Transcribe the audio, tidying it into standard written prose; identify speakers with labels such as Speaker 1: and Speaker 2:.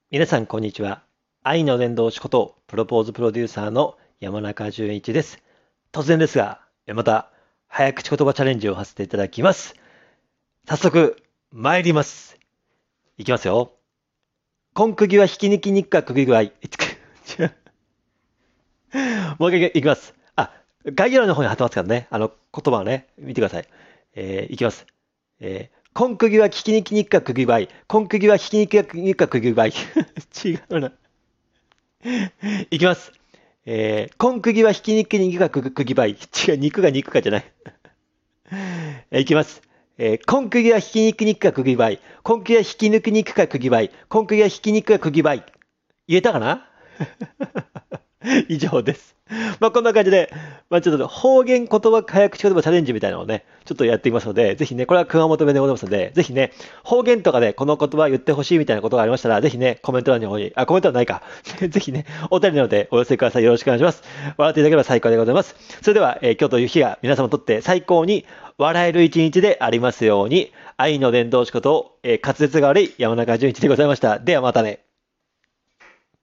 Speaker 1: 皆さん、こんにちは。愛の伝道師こと、プロポーズプロデューサーの山中淳一です。突然ですが、また、早口言葉チャレンジをさせていただきます。早速、参ります。いきますよ。根釘は引き抜きにくか釘具合。もう一回いきます。概要欄の方に貼ってますからね。言葉をね、見てください。いきます。根釘は引き抜きにくか釘具合。根釘は引き抜きにくか釘具合。違うな。いきます。根釘は引き肉に肉が釘ばい。違う、肉が肉かじゃない。いきます。根釘は引き肉肉か釘ばい。根釘は引き抜き肉か釘ばい。根釘は引き肉か釘ばい。言えたかな？以上です。こんな感じで、ちょっと方言言葉早口言葉チャレンジみたいなのをね、ちょっとやってみますので、ぜひね、これは熊本弁でございますので、ぜひね、方言とかでこの言葉言ってほしいみたいなことがありましたら、ぜひね、コメント欄の方に、コメント欄ないか。ぜひね、お便りなのでお寄せください。よろしくお願いします。笑っていただければ最高でございます。それでは、今日という日が皆様にとって最高に笑える一日でありますように、愛の伝道師こと、滑舌が悪い山中淳一でございました。ではまたね。